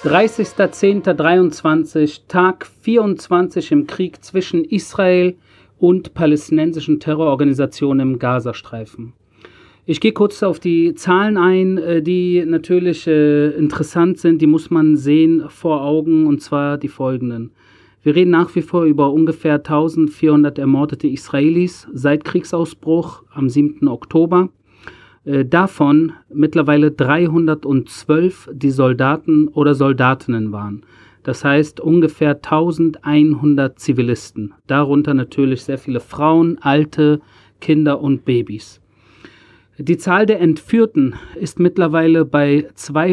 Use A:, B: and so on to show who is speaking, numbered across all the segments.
A: 30.10.23, Tag 24 im Krieg zwischen Israel und palästinensischen Terrororganisationen im Gazastreifen. Ich gehe kurz auf die Zahlen ein, die natürlich interessant sind, die muss man sehen vor Augen, und zwar die folgenden. Wir reden nach wie vor über ungefähr 1400 ermordete Israelis seit Kriegsausbruch am 7. Oktober. Davon mittlerweile 312, die Soldaten oder Soldatinnen waren. Das heißt ungefähr 1100 Zivilisten. Darunter natürlich sehr viele Frauen, Alte, Kinder und Babys. Die Zahl der Entführten ist mittlerweile bei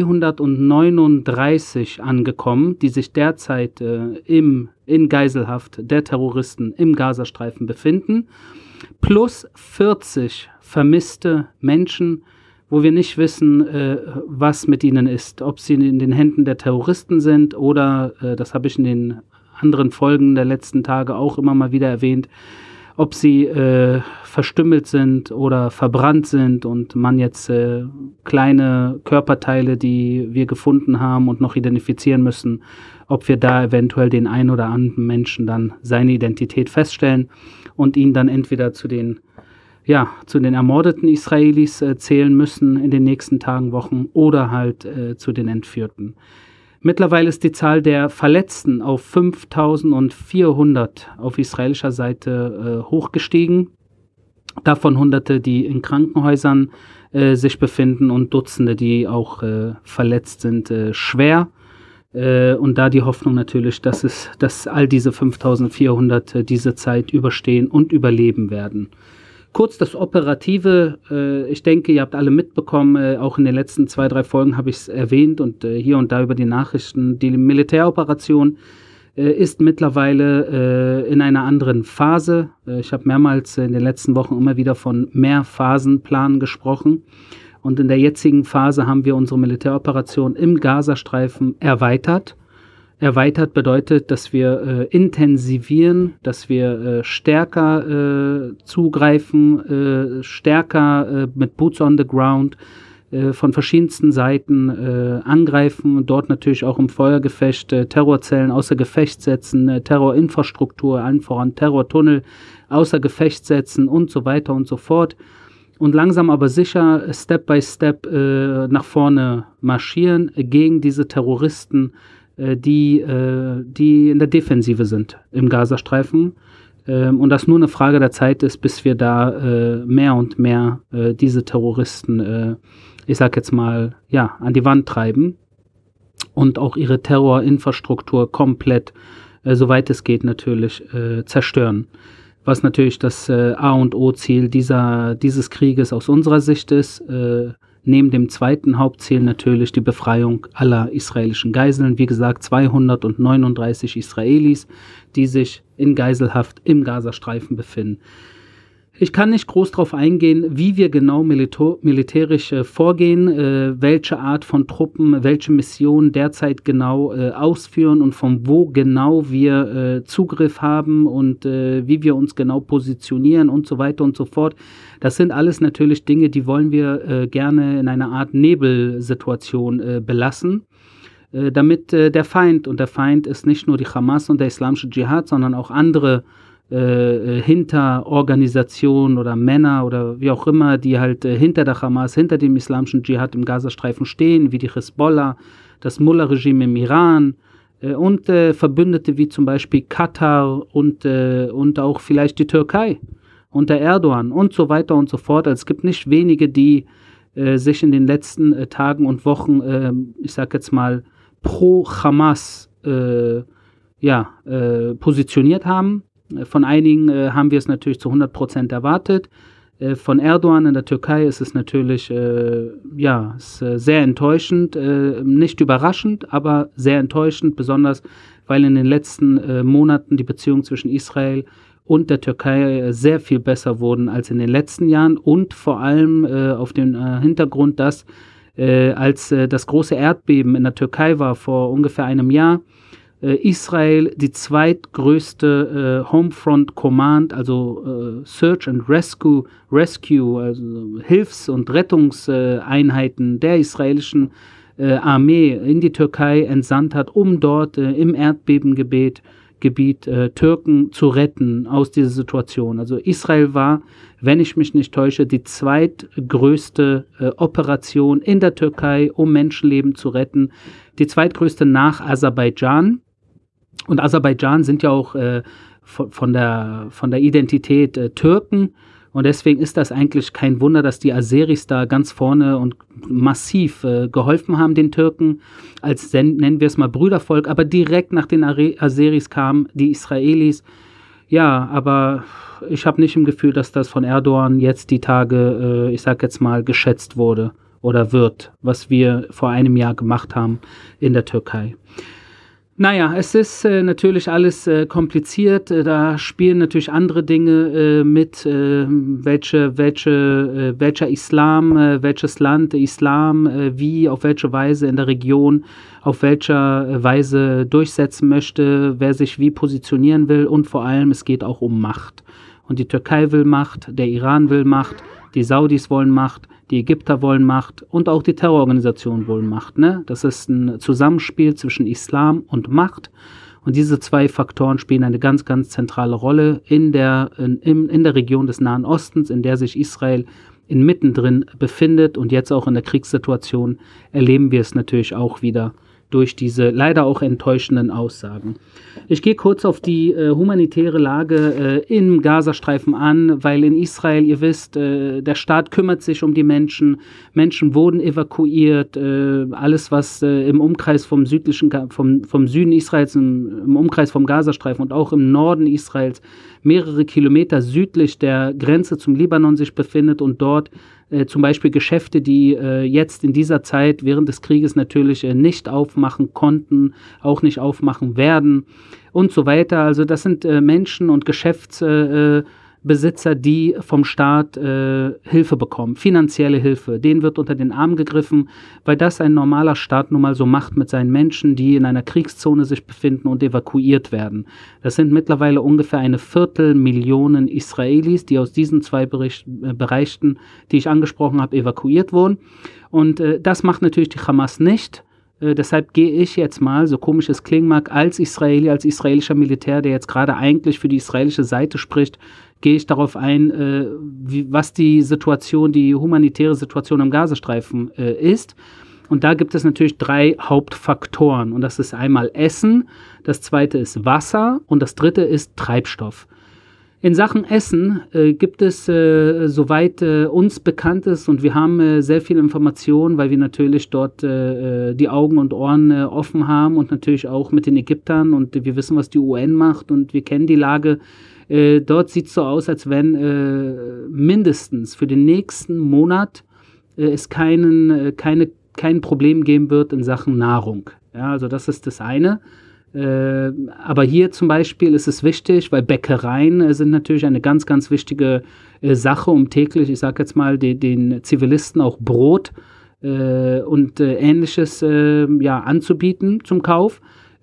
A: 239 angekommen, die sich derzeit in Geiselhaft der Terroristen im Gazastreifen befinden. Plus 40 vermisste Menschen, wo wir nicht wissen, was mit ihnen ist. Ob sie in den Händen der Terroristen sind oder, das habe ich in den anderen Folgen der letzten Tage auch immer mal wieder erwähnt, ob sie verstümmelt sind oder verbrannt sind und man jetzt kleine Körperteile, die wir gefunden haben und noch identifizieren müssen, ob wir da eventuell den einen oder anderen Menschen dann seine Identität feststellen und ihn dann entweder zu den ermordeten Israelis zählen müssen in den nächsten Tagen, Wochen oder halt zu den Entführten. Mittlerweile ist die Zahl der Verletzten auf 5400 auf israelischer Seite hochgestiegen. Davon Hunderte, die in Krankenhäusern sich befinden und Dutzende, die auch verletzt sind, schwer. Und da die Hoffnung natürlich, dass all diese 5400 diese Zeit überstehen und überleben werden. Kurz das Operative, ich denke, ihr habt alle mitbekommen, auch in den letzten 2-3 Folgen habe ich es erwähnt und hier und da über die Nachrichten, die Militäroperation ist mittlerweile in einer anderen Phase. Ich habe mehrmals in den letzten Wochen immer wieder von Mehrphasenplan gesprochen und in der jetzigen Phase haben wir unsere Militäroperation im Gazastreifen erweitert. Erweitert bedeutet, dass wir intensivieren, dass wir stärker zugreifen, stärker mit Boots on the Ground von verschiedensten Seiten angreifen und dort natürlich auch im Feuergefecht Terrorzellen außer Gefecht setzen, Terrorinfrastruktur, allen voran Terrortunnel außer Gefecht setzen und so weiter und so fort. Und langsam aber sicher, Step by Step nach vorne marschieren gegen diese Terroristen, die in der Defensive sind im Gazastreifen und das nur eine Frage der Zeit ist, bis wir da mehr und mehr diese Terroristen, ich sag jetzt mal, an die Wand treiben und auch ihre Terrorinfrastruktur komplett, soweit es geht, natürlich zerstören. Was natürlich das A und O-Ziel dieses Krieges aus unserer Sicht ist, neben dem zweiten Hauptziel natürlich die Befreiung aller israelischen Geiseln. Wie gesagt, 239 Israelis, die sich in Geiselhaft im Gazastreifen befinden. Ich kann nicht groß darauf eingehen, wie wir genau militärisch vorgehen, welche Art von Truppen, welche Missionen derzeit genau ausführen und von wo genau wir Zugriff haben und wie wir uns genau positionieren und so weiter und so fort. Das sind alles natürlich Dinge, die wollen wir gerne in einer Art Nebelsituation belassen, damit der Feind, und der Feind ist nicht nur die Hamas und der islamische Dschihad, sondern auch andere Hinterorganisationen oder Männer oder wie auch immer, die halt hinter der Hamas, hinter dem islamischen Dschihad im Gazastreifen stehen, wie die Hisbollah, das Mullah-Regime im Iran und Verbündete wie zum Beispiel Katar und auch vielleicht die Türkei unter Erdogan und so weiter und so fort. Also es gibt nicht wenige, die sich in den letzten Tagen und Wochen, ich sag jetzt mal, pro Hamas positioniert haben. Von einigen haben wir es natürlich zu 100% erwartet. Von Erdogan in der Türkei ist es natürlich sehr enttäuschend, nicht überraschend, aber sehr enttäuschend, besonders weil in den letzten Monaten die Beziehungen zwischen Israel und der Türkei sehr viel besser wurden als in den letzten Jahren und vor allem auf dem Hintergrund, dass als das große Erdbeben in der Türkei war vor ungefähr einem Jahr, Israel die zweitgrößte Homefront Command, also Search and Rescue, also Hilfs- und Rettungseinheiten der israelischen Armee in die Türkei entsandt hat, um dort im Erdbebengebiet Türken zu retten aus dieser Situation. Also Israel war, wenn ich mich nicht täusche, die zweitgrößte Operation in der Türkei, um Menschenleben zu retten. Die zweitgrößte nach Aserbaidschan. Und Aserbaidschan sind ja auch von der Identität Türken. Und deswegen ist das eigentlich kein Wunder, dass die Aseris da ganz vorne und massiv geholfen haben den Türken, als nennen wir es mal Brüdervolk. Aber direkt nach den Aseris kamen die Israelis. Ja, aber ich habe nicht im Gefühl, dass das von Erdogan jetzt die Tage, ich sag jetzt mal, geschätzt wurde oder wird, was wir vor einem Jahr gemacht haben in der Türkei. Naja, es ist natürlich alles kompliziert. Da spielen natürlich andere Dinge mit, welcher Islam, welches Land Islam, wie, auf welche Weise in der Region, auf welcher Weise durchsetzen möchte, wer sich wie positionieren will und vor allem, es geht auch um Macht. Und die Türkei will Macht, der Iran will Macht, die Saudis wollen Macht, die Ägypter wollen Macht und auch die Terrororganisationen wollen Macht. Ne? Das ist ein Zusammenspiel zwischen Islam und Macht. Und diese zwei Faktoren spielen eine ganz, ganz zentrale Rolle in der Region des Nahen Ostens, in der sich Israel mittendrin befindet. Und jetzt auch in der Kriegssituation erleben wir es natürlich auch wieder durch diese leider auch enttäuschenden Aussagen. Ich gehe kurz auf die humanitäre Lage im Gazastreifen an, weil in Israel, ihr wisst, der Staat kümmert sich um die Menschen. Menschen wurden evakuiert. Alles, was im Umkreis vom Süden Israels, im Umkreis vom Gazastreifen und auch im Norden Israels mehrere Kilometer südlich der Grenze zum Libanon sich befindet und dort zum Beispiel Geschäfte, die jetzt in dieser Zeit während des Krieges natürlich nicht aufmachen konnten, auch nicht aufmachen werden und so weiter. Also das sind Menschen und Geschäftsbesitzer, die vom Staat Hilfe bekommen, finanzielle Hilfe. Denen wird unter den Arm gegriffen, weil das ein normaler Staat nun mal so macht mit seinen Menschen, die in einer Kriegszone sich befinden und evakuiert werden. Das sind mittlerweile ungefähr 250.000 Israelis, die aus diesen zwei Bereichen, die ich angesprochen habe, evakuiert wurden. Und das macht natürlich die Hamas nicht. Deshalb gehe ich jetzt mal, so komisch es klingen mag, als israelischer Militär, der jetzt gerade eigentlich für die israelische Seite spricht, gehe ich darauf ein, was die humanitäre Situation am Gazastreifen ist. Und da gibt es natürlich 3 Hauptfaktoren. Und das ist einmal Essen, das zweite ist Wasser und das dritte ist Treibstoff. In Sachen Essen gibt es, soweit uns bekannt ist, und wir haben sehr viele Informationen, weil wir natürlich dort die Augen und Ohren offen haben und natürlich auch mit den Ägyptern und wir wissen, was die UN macht und wir kennen die Lage. Dort sieht es so aus, als wenn mindestens für den nächsten Monat es kein Problem geben wird in Sachen Nahrung. Ja, also das ist das eine. Aber hier zum Beispiel ist es wichtig, weil Bäckereien sind natürlich eine ganz, ganz wichtige Sache, um täglich, ich sage jetzt mal, den Zivilisten auch Brot und Ähnliches anzubieten zum Kauf.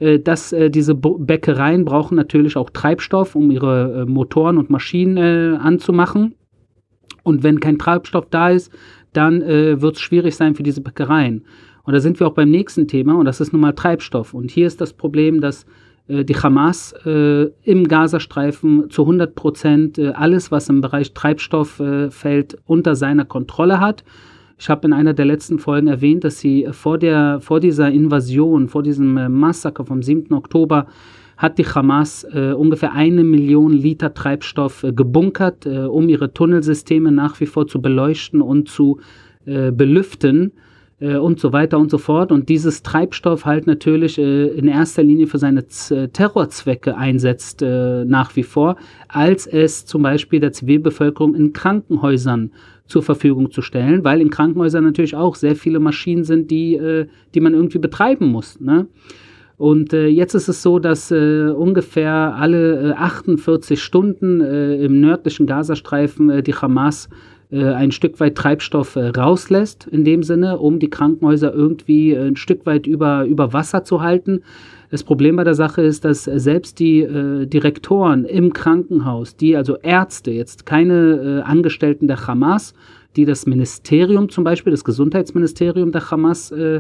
A: Diese Bäckereien brauchen natürlich auch Treibstoff, um ihre Motoren und Maschinen anzumachen. Und wenn kein Treibstoff da ist, dann wird es schwierig sein für diese Bäckereien. Und da sind wir auch beim nächsten Thema, und das ist nun mal Treibstoff. Und hier ist das Problem, dass die Hamas im Gazastreifen zu 100% alles, was im Bereich Treibstoff fällt, unter seiner Kontrolle hat. Ich habe in einer der letzten Folgen erwähnt, dass sie vor dieser Invasion, vor diesem Massaker vom 7. Oktober, hat die Hamas ungefähr 1 Million Liter Treibstoff gebunkert, um ihre Tunnelsysteme nach wie vor zu beleuchten und zu belüften. Und so weiter und so fort. Und dieses Treibstoff halt natürlich in erster Linie für seine Terrorzwecke einsetzt nach wie vor, als es zum Beispiel der Zivilbevölkerung in Krankenhäusern zur Verfügung zu stellen, weil in Krankenhäusern natürlich auch sehr viele Maschinen sind, die man irgendwie betreiben muss. Ne? Und jetzt ist es so, dass ungefähr alle 48 Stunden im nördlichen Gazastreifen die Hamas ein Stück weit Treibstoff rauslässt, in dem Sinne, um die Krankenhäuser irgendwie ein Stück weit über Wasser zu halten. Das Problem bei der Sache ist, dass selbst die Direktoren im Krankenhaus, also Ärzte, jetzt keine Angestellten der Hamas, die das Ministerium zum Beispiel, das Gesundheitsministerium der Hamas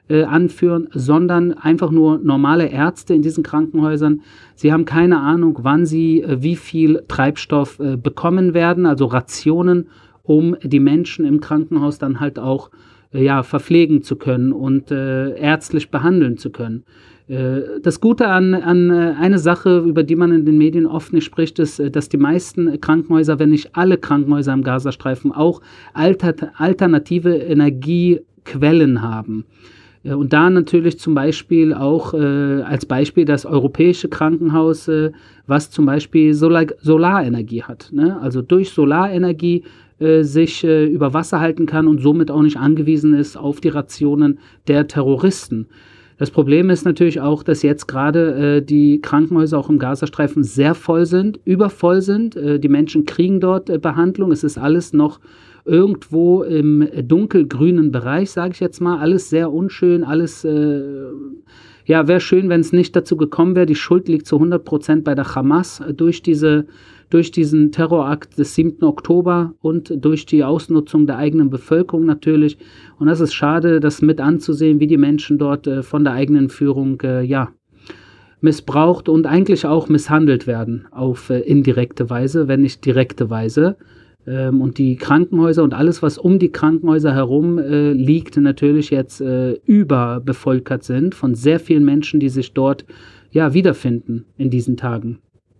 A: anführen, sondern einfach nur normale Ärzte in diesen Krankenhäusern. Sie haben keine Ahnung, wann sie wie viel Treibstoff bekommen werden, also Rationen, um die Menschen im Krankenhaus dann halt auch verpflegen zu können und ärztlich behandeln zu können. Das Gute an eine Sache, über die man in den Medien oft nicht spricht, ist, dass die meisten Krankenhäuser, wenn nicht alle Krankenhäuser im Gazastreifen, auch alternative Energiequellen haben. Und da natürlich zum Beispiel auch als Beispiel das europäische Krankenhaus, was zum Beispiel Solarenergie hat, ne? Also durch Solarenergie sich über Wasser halten kann und somit auch nicht angewiesen ist auf die Rationen der Terroristen. Das Problem ist natürlich auch, dass jetzt gerade die Krankenhäuser auch im Gazastreifen sehr voll sind, übervoll sind. Die Menschen kriegen dort Behandlung. Es ist alles noch irgendwo im dunkelgrünen Bereich, sage ich jetzt mal. Alles sehr unschön, alles, wäre schön, wenn es nicht dazu gekommen wäre. Die Schuld liegt zu 100% bei der Hamas durch diesen Terrorakt des 7. Oktober und durch die Ausnutzung der eigenen Bevölkerung natürlich. Und das ist schade, das mit anzusehen, wie die Menschen dort von der eigenen Führung missbraucht und eigentlich auch misshandelt werden auf indirekte Weise, wenn nicht direkte Weise. Und die Krankenhäuser und alles, was um die Krankenhäuser herum liegt, natürlich jetzt überbevölkert sind von sehr vielen Menschen, die sich dort wiederfinden in diesen Tagen.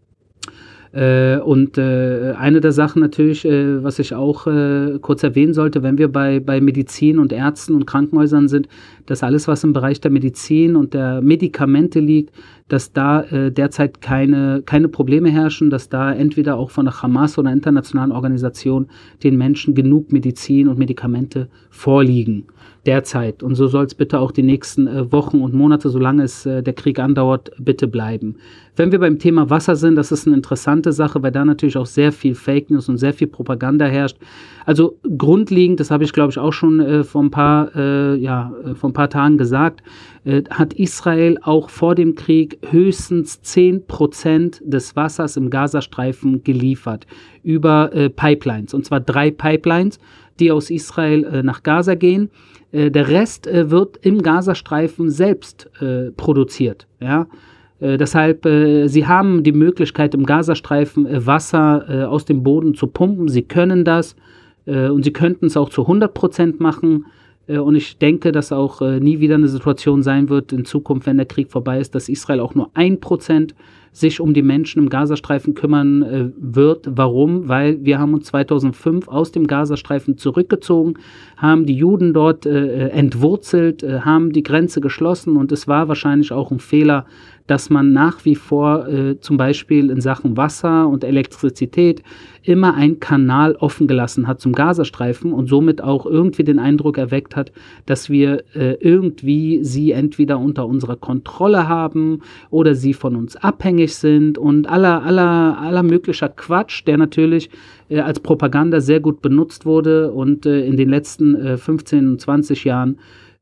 A: Und eine der Sachen natürlich, was ich auch kurz erwähnen sollte, wenn wir bei Medizin und Ärzten und Krankenhäusern sind, dass alles, was im Bereich der Medizin und der Medikamente liegt, dass da derzeit keine Probleme herrschen, dass da entweder auch von der Hamas oder internationalen Organisation den Menschen genug Medizin und Medikamente vorliegen. Derzeit. Und so soll es bitte auch die nächsten Wochen und Monate, solange es der Krieg andauert, bitte bleiben. Wenn wir beim Thema Wasser sind, das ist eine interessante Sache, weil da natürlich auch sehr viel Fake News und sehr viel Propaganda herrscht. Also grundlegend, das habe ich glaube ich auch schon vor ein paar Tagen gesagt, hat Israel auch vor dem Krieg höchstens 10% des Wassers im Gazastreifen geliefert über Pipelines. Und zwar 3 Pipelines, die aus Israel nach Gaza gehen. Der Rest wird im Gazastreifen selbst produziert. Ja? Deshalb, sie haben die Möglichkeit, im Gazastreifen Wasser aus dem Boden zu pumpen. Sie können das und sie könnten es auch zu 100% machen. Und ich denke, dass auch nie wieder eine Situation sein wird in Zukunft, wenn der Krieg vorbei ist, dass Israel auch nur 1% sich um die Menschen im Gazastreifen kümmern wird. Warum? Weil wir haben uns 2005 aus dem Gazastreifen zurückgezogen, haben die Juden dort entwurzelt, haben die Grenze geschlossen und es war wahrscheinlich auch ein Fehler, dass man nach wie vor zum Beispiel in Sachen Wasser und Elektrizität immer einen Kanal offen gelassen hat zum Gazastreifen und somit auch irgendwie den Eindruck erweckt hat, dass wir irgendwie sie entweder unter unserer Kontrolle haben oder sie von uns abhängig sind und aller möglicher Quatsch, der natürlich als Propaganda sehr gut benutzt wurde und in den letzten 15, 20 Jahren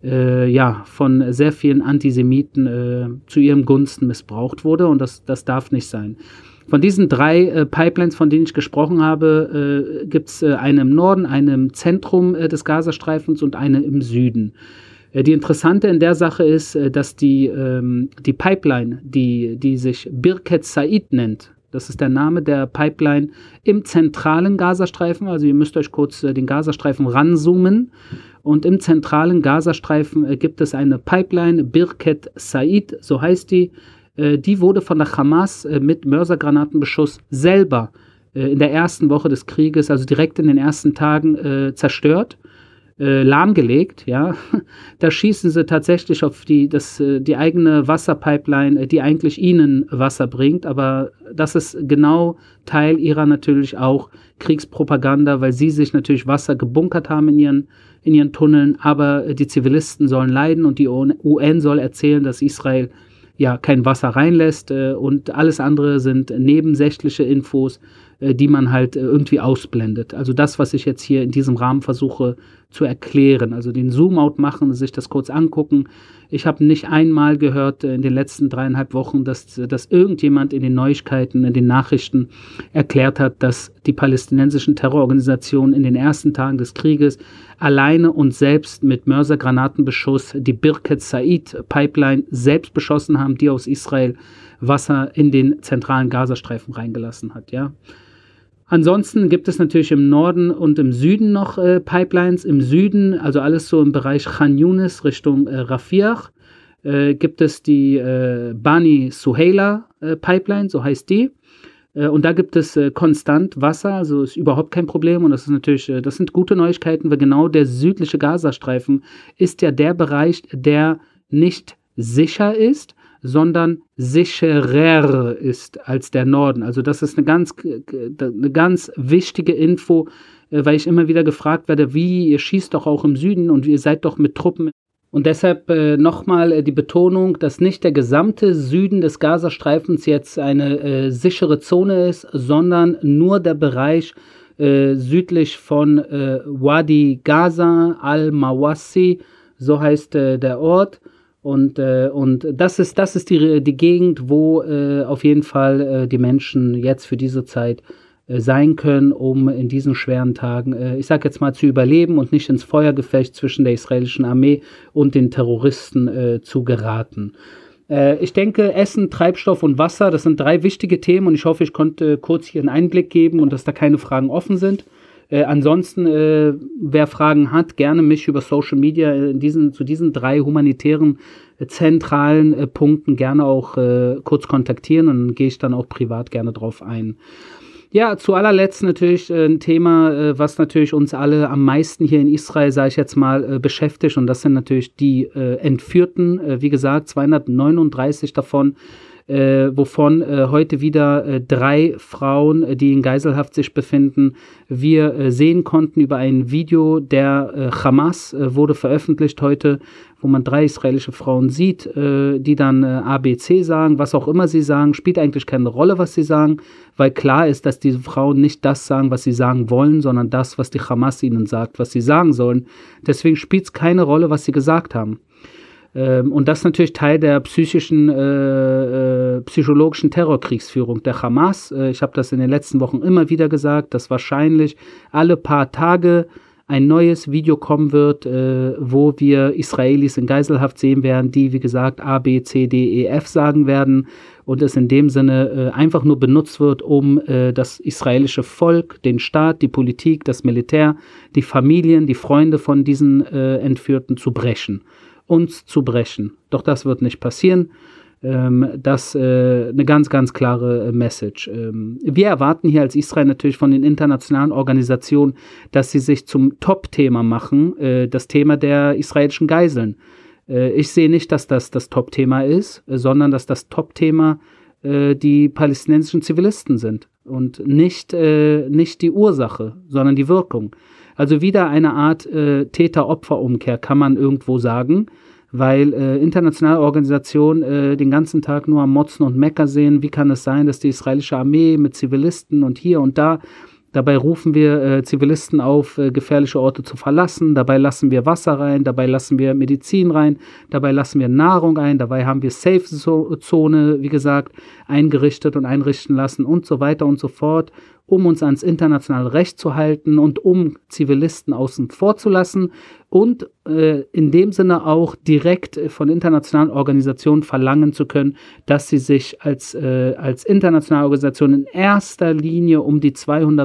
A: von sehr vielen Antisemiten zu ihrem Gunsten missbraucht wurde und das darf nicht sein. Von diesen 3 Pipelines, von denen ich gesprochen habe, gibt es eine im Norden, eine im Zentrum des Gazastreifens und eine im Süden. Die Interessante in der Sache ist, dass die Pipeline, die sich Birket Said nennt, das ist der Name der Pipeline im zentralen Gazastreifen, also ihr müsst euch kurz den Gazastreifen ranzoomen. Und im zentralen Gazastreifen gibt es eine Pipeline, Birket Said, so heißt die. Die wurde von der Hamas mit Mörsergranatenbeschuss selber in der ersten Woche des Krieges, also direkt in den ersten Tagen, zerstört, lahmgelegt. Ja. Da schießen sie tatsächlich auf die eigene Wasserpipeline, die eigentlich ihnen Wasser bringt. Aber das ist genau Teil ihrer natürlich auch Kriegspropaganda, weil sie sich natürlich Wasser gebunkert haben in ihren Tunneln. Aber die Zivilisten sollen leiden und die UN soll erzählen, dass Israel kein Wasser reinlässt und alles andere sind nebensächliche Infos, die man halt irgendwie ausblendet. Also das, was ich jetzt hier in diesem Rahmen versuche zu erklären. Also den Zoom-out machen, sich das kurz angucken. Ich habe nicht einmal gehört in den letzten 3,5 Wochen, dass irgendjemand in den Neuigkeiten, in den Nachrichten erklärt hat, dass die palästinensischen Terrororganisationen in den ersten Tagen des Krieges alleine und selbst mit Mörsergranatenbeschuss die Birket Said Pipeline selbst beschossen haben, die aus Israel Wasser in den zentralen Gazastreifen reingelassen hat, ja. Ansonsten gibt es natürlich im Norden und im Süden noch Pipelines. Im Süden, also alles so im Bereich Khan Yunis Richtung Rafiah, gibt es die Bani Suheila Pipeline, so heißt die. Und da gibt es konstant Wasser, also ist überhaupt kein Problem. Und das ist natürlich, das sind gute Neuigkeiten, weil genau der südliche Gazastreifen ist ja der Bereich, der nicht sicher ist, sondern sicherer ist als der Norden. Also das ist eine ganz wichtige Info, weil ich immer wieder gefragt werde, wie, ihr schießt doch auch im Süden und ihr seid doch mit Truppen. Und deshalb nochmal die Betonung, dass nicht der gesamte Süden des Gazastreifens jetzt eine sichere Zone ist, sondern nur der Bereich südlich von Wadi Gaza, Al-Mawassi, so heißt der Ort. Und das ist die Gegend, wo auf jeden Fall die Menschen jetzt für diese Zeit sein können, um in diesen schweren Tagen, ich sage jetzt mal, zu überleben und nicht ins Feuergefecht zwischen der israelischen Armee und den Terroristen zu geraten. Ich denke, Essen, Treibstoff und Wasser, das sind 3 wichtige Themen und ich hoffe, ich konnte kurz hier einen Einblick geben und dass da keine Fragen offen sind. Ansonsten, wer Fragen hat, gerne mich über Social Media zu diesen 3 humanitären zentralen Punkten gerne auch kurz kontaktieren und dann gehe ich dann auch privat gerne drauf ein. Ja, zu allerletzt natürlich ein Thema, was natürlich uns alle am meisten hier in Israel, sage ich jetzt mal, beschäftigt und das sind natürlich die Entführten, wie gesagt, 239 davon, wovon heute wieder 3 Frauen, die in Geiselhaft sich befinden, wir sehen konnten über ein Video der Hamas, wurde veröffentlicht heute, wo man 3 israelische Frauen sieht, die dann ABC sagen, was auch immer sie sagen, spielt eigentlich keine Rolle, was sie sagen, weil klar ist, dass diese Frauen nicht das sagen, was sie sagen wollen, sondern das, was die Hamas ihnen sagt, was sie sagen sollen. Deswegen spielt es keine Rolle, was sie gesagt haben. Und das ist natürlich Teil der psychologischen Terrorkriegsführung der Hamas. Ich habe das in den letzten Wochen immer wieder gesagt, dass wahrscheinlich alle paar Tage ein neues Video kommen wird, wo wir Israelis in Geiselhaft sehen werden, die, wie gesagt, A, B, C, D, E, F sagen werden und es in dem Sinne einfach nur benutzt wird, um das israelische Volk, den Staat, die Politik, das Militär, die Familien, die Freunde von diesen Entführten zu brechen. Uns zu brechen. Doch das wird nicht passieren. Das eine ganz, ganz klare Message. Wir erwarten hier als Israel natürlich von den internationalen Organisationen, dass sie sich zum Top-Thema machen, das Thema der israelischen Geiseln. Ich sehe nicht, dass das Top-Thema ist, sondern dass das Top-Thema die palästinensischen Zivilisten sind und nicht die Ursache, sondern die Wirkung. Also wieder eine Art Täter-Opfer-Umkehr kann man irgendwo sagen, weil internationale Organisationen den ganzen Tag nur am Motzen und Mecker sehen. Wie kann es sein, dass die israelische Armee mit Zivilisten und hier und da, dabei rufen wir Zivilisten auf, gefährliche Orte zu verlassen, dabei lassen wir Wasser rein, dabei lassen wir Medizin rein, dabei lassen wir Nahrung ein, dabei haben wir Safe-Zone, wie gesagt, eingerichtet und einrichten lassen und so weiter und so fort, um uns ans internationale Recht zu halten und um Zivilisten außen vor zu lassen und in dem Sinne auch direkt von internationalen Organisationen verlangen zu können, dass sie sich als internationale Organisation in erster Linie um die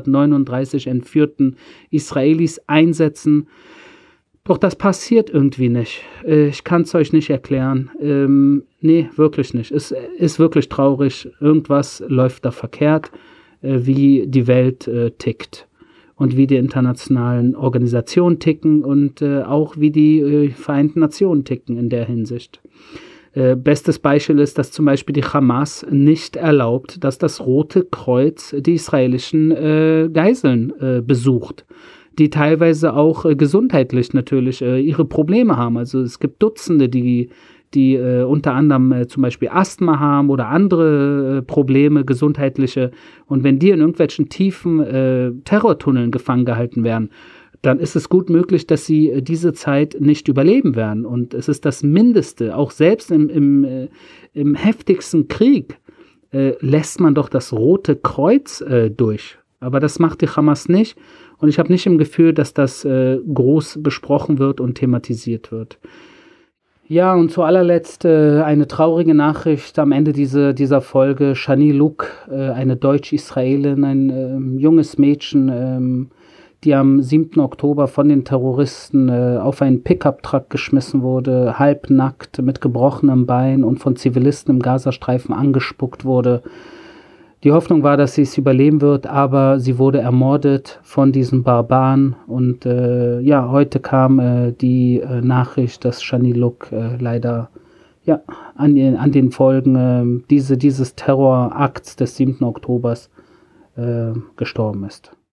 A: 239 entführten Israelis einsetzen. Doch das passiert irgendwie nicht. Ich kann es euch nicht erklären. Nee, wirklich nicht. Es ist wirklich traurig. Irgendwas läuft da verkehrt, wie die Welt tickt und wie die internationalen Organisationen ticken und auch wie die Vereinten Nationen ticken in der Hinsicht. Bestes Beispiel ist, dass zum Beispiel die Hamas nicht erlaubt, dass das Rote Kreuz die israelischen Geiseln besucht, die teilweise auch gesundheitlich natürlich ihre Probleme haben. Also es gibt Dutzende, die die unter anderem zum Beispiel Asthma haben oder andere Probleme, gesundheitliche. Und wenn die in irgendwelchen tiefen Terrortunneln gefangen gehalten werden, dann ist es gut möglich, dass sie diese Zeit nicht überleben werden. Und es ist das Mindeste, auch selbst im heftigsten Krieg lässt man doch das Rote Kreuz durch. Aber das macht die Hamas nicht. Und ich habe nicht im Gefühl, dass das groß besprochen wird und thematisiert wird. Ja, und zu allerletzt eine traurige Nachricht am Ende dieser Folge. Shani Louk, eine Deutsch-Israelin, ein junges Mädchen, die am 7. Oktober von den Terroristen auf einen Pickup-Truck geschmissen wurde, halbnackt, mit gebrochenem Bein und von Zivilisten im Gazastreifen angespuckt wurde. Die Hoffnung war, dass sie es überleben wird, aber sie wurde ermordet von diesen Barbaren. Und heute kam die Nachricht, dass Shani Louk leider an den Folgen dieses Terrorakts des 7. Oktobers gestorben ist.